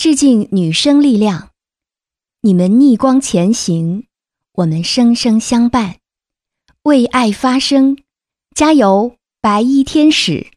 致敬女生力量，你们逆光前行，我们生生相伴，为爱发声，加油，白衣天使！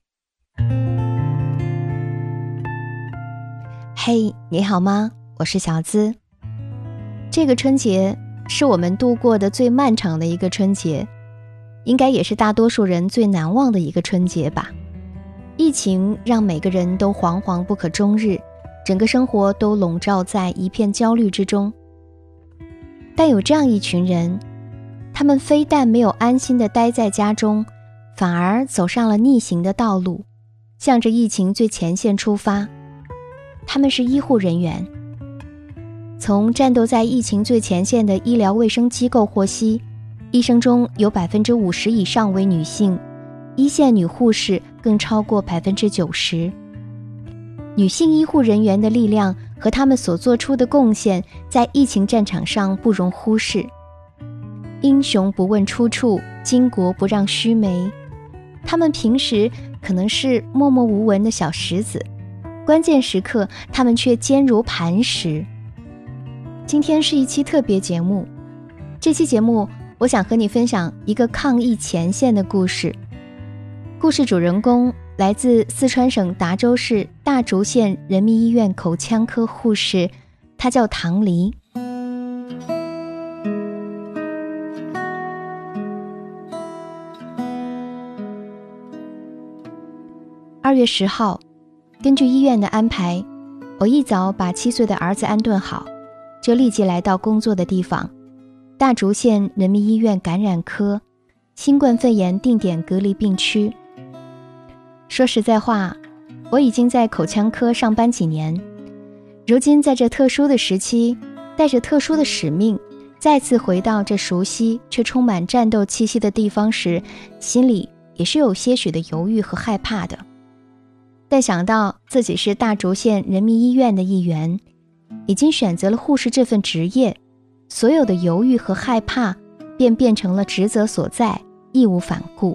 嘿，你好吗？我是小资。这个春节是我们度过的最漫长的一个春节，应该也是大多数人最难忘的一个春节吧。疫情让每个人都惶惶不可终日，整个生活都笼罩在一片焦虑之中。但有这样一群人，他们非但没有安心地待在家中，反而走上了逆行的道路，向着疫情最前线出发。他们是医护人员。从战斗在疫情最前线的医疗卫生机构获悉，医生中有 50% 以上为女性，一线女护士更超过 90%。女性医护人员的力量和他们所做出的贡献，在疫情战场上不容忽视。英雄不问出处，巾帼不让须眉。他们平时可能是默默无闻的小石子，关键时刻他们却坚如磐石。今天是一期特别节目，这期节目我想和你分享一个抗疫前线的故事。故事主人公来自四川省达州市大竹县人民医院口腔科护士，她叫唐黎。2月10号，根据医院的安排，我一早把7岁的儿子安顿好，就立即来到工作的地方，大竹县人民医院感染科新冠肺炎定点隔离病区。说实在话，我已经在口腔科上班几年，如今在这特殊的时期，带着特殊的使命，再次回到这熟悉却充满战斗气息的地方时，心里也是有些许的犹豫和害怕的。但想到自己是大竹县人民医院的一员，已经选择了护士这份职业，所有的犹豫和害怕便变成了职责所在，义无反顾。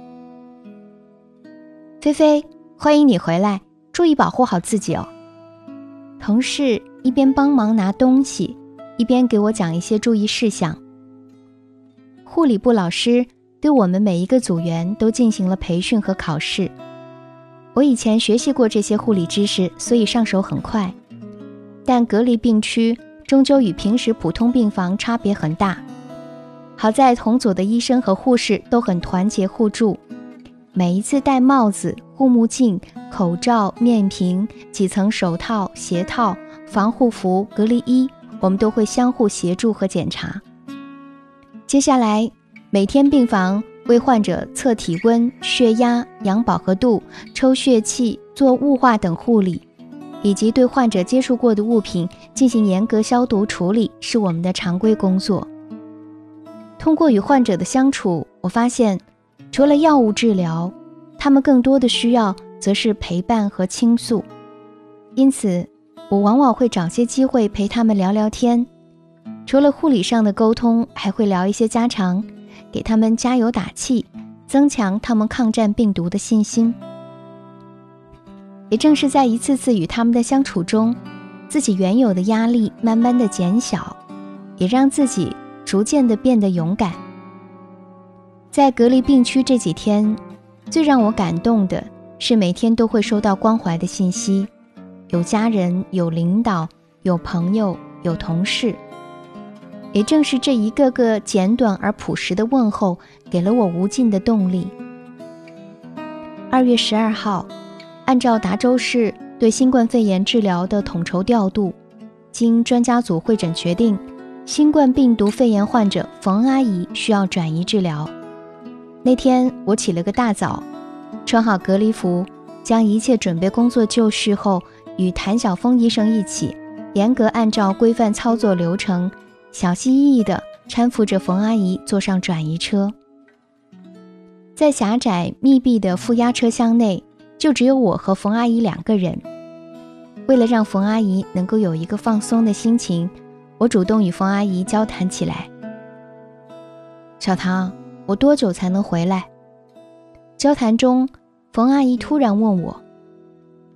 菲菲，欢迎你回来，注意保护好自己哦。同事一边帮忙拿东西，一边给我讲一些注意事项。护理部老师对我们每一个组员都进行了培训和考试。我以前学习过这些护理知识，所以上手很快。但隔离病区终究与平时普通病房差别很大。好在同组的医生和护士都很团结互助，每一次戴帽子、护目镜、口罩、面屏、几层手套、鞋套、防护服、隔离衣，我们都会相互协助和检查。接下来，每天病房为患者测体温、血压、量饱和度、抽血气、做雾化等护理，以及对患者接触过的物品进行严格消毒处理，是我们的常规工作。通过与患者的相处，我发现除了药物治疗，他们更多的需要则是陪伴和倾诉。因此，我往往会找些机会陪他们聊聊天。除了护理上的沟通，还会聊一些家常，给他们加油打气，增强他们抗战病毒的信心。也正是在一次次与他们的相处中，自己原有的压力慢慢的减小，也让自己逐渐的变得勇敢。在隔离病区这几天，最让我感动的是每天都会收到关怀的信息，有家人，有领导，有朋友，有同事。也正是这一个个简短而朴实的问候，给了我无尽的动力。2月12号，按照达州市对新冠肺炎治疗的统筹调度，经专家组会诊决定，新冠病毒肺炎患者冯阿姨需要转移治疗。那天我起了个大早，穿好隔离服，将一切准备工作就绪后，与谭晓峰医生一起，严格按照规范操作流程，小心翼翼地搀扶着冯阿姨坐上转移车。在狭窄密闭的负压车厢内，就只有我和冯阿姨2个人。为了让冯阿姨能够有一个放松的心情，我主动与冯阿姨交谈起来。小唐，我多久才能回来？交谈中，冯阿姨突然问我，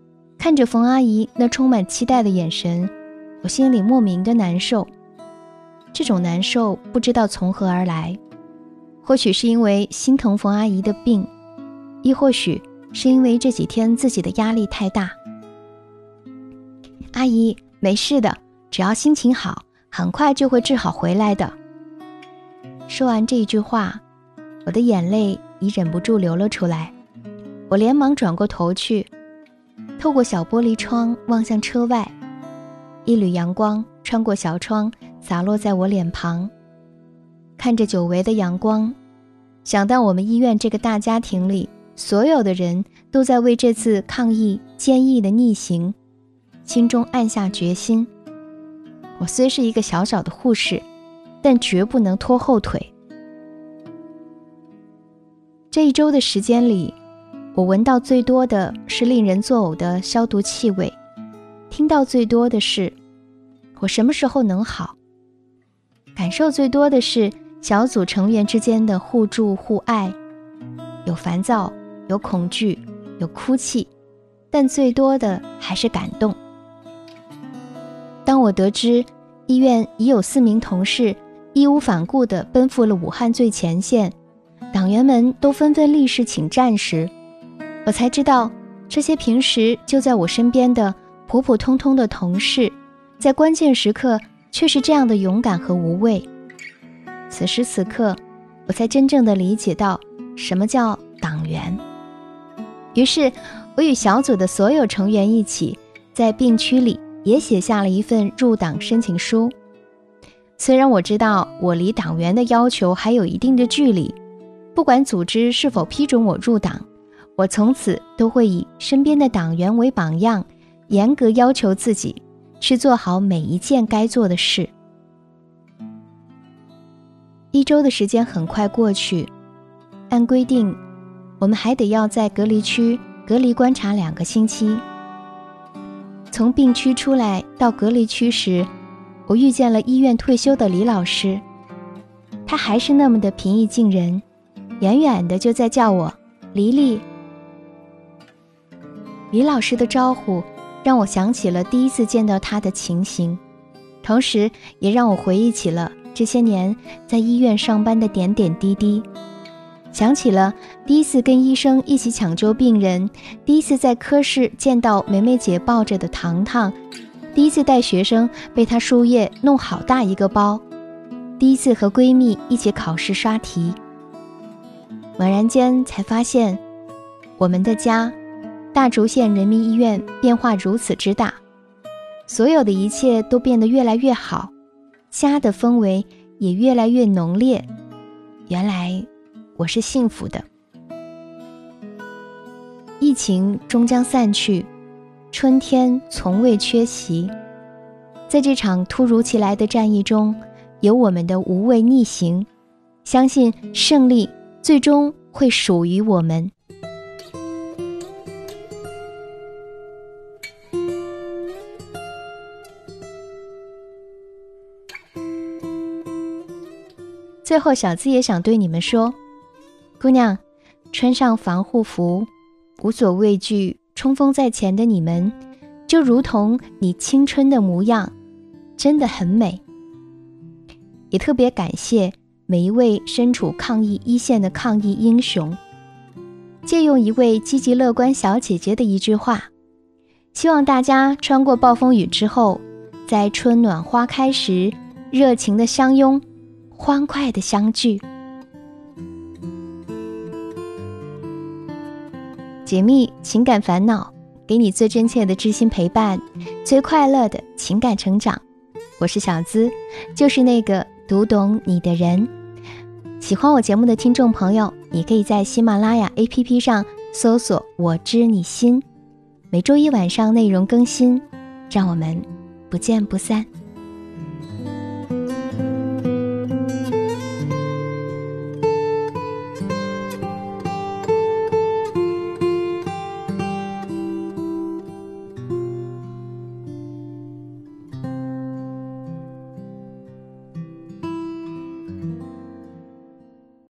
看着冯阿姨那充满期待的眼神，我心里莫名的难受。这种难受不知道从何而来，或许是因为心疼冯阿姨的病，亦或许是因为这几天自己的压力太大。阿姨，没事的，只要心情好，很快就会治好回来的。说完这一句话，我的眼泪已忍不住流了出来。我连忙转过头去，透过小玻璃窗望向车外，一缕阳光穿过小窗洒落在我脸庞。看着久违的阳光，想到我们医院这个大家庭里所有的人都在为这次抗疫坚毅的逆行，心中暗下决心，我虽是一个小小的护士，但绝不能拖后腿。这一周的时间里，我闻到最多的是令人作呕的消毒气味，听到最多的是我什么时候能好，感受最多的是小组成员之间的互助互爱，有烦躁，有恐惧，有哭泣，但最多的还是感动。当我得知医院已有4名同事义无反顾地奔赴了武汉最前线，党员们都纷纷立誓请战时，我才知道这些平时就在我身边的普普通通的同事，在关键时刻却是这样的勇敢和无畏。此时此刻，我才真正的理解到什么叫党员。于是我与小组的所有成员一起在病区里也写下了一份入党申请书。虽然我知道我离党员的要求还有一定的距离，不管组织是否批准我入党，我从此都会以身边的党员为榜样，严格要求自己去做好每一件该做的事。1周的时间很快过去，按规定我们还得要在隔离区隔离观察2个星期。从病区出来到隔离区时，我遇见了医院退休的李老师，他还是那么的平易近人，远远的就在叫我黎黎。李老师的招呼让我想起了第一次见到他的情形，同时也让我回忆起了这些年在医院上班的点点滴滴，想起了第一次跟医生一起抢救病人，第一次在科室见到梅梅姐抱着的糖糖，第一次带学生被她输液弄好大一个包，第一次和闺蜜一起考试刷题。猛然间才发现，我们的家大竹县人民医院变化如此之大，所有的一切都变得越来越好，家的氛围也越来越浓烈。原来我是幸福的。疫情终将散去，春天从未缺席。在这场突如其来的战役中，有我们的无畏逆行，相信胜利最终会属于我们。最后，小资也想对你们说，姑娘，穿上防护服，无所畏惧，冲锋在前的你们，就如同你青春的模样，真的很美。也特别感谢每一位身处抗疫一线的抗疫英雄。借用一位积极乐观小姐姐的一句话，希望大家穿过暴风雨之后，在春暖花开时，热情的相拥，欢快的相聚。解密情感烦恼，给你最真切的知心陪伴，最快乐的情感成长。我是小资，就是那个读懂你的人。喜欢我节目的听众朋友，你可以在喜马拉雅 APP 上搜索我知你心，每周一晚上内容更新，让我们不见不散。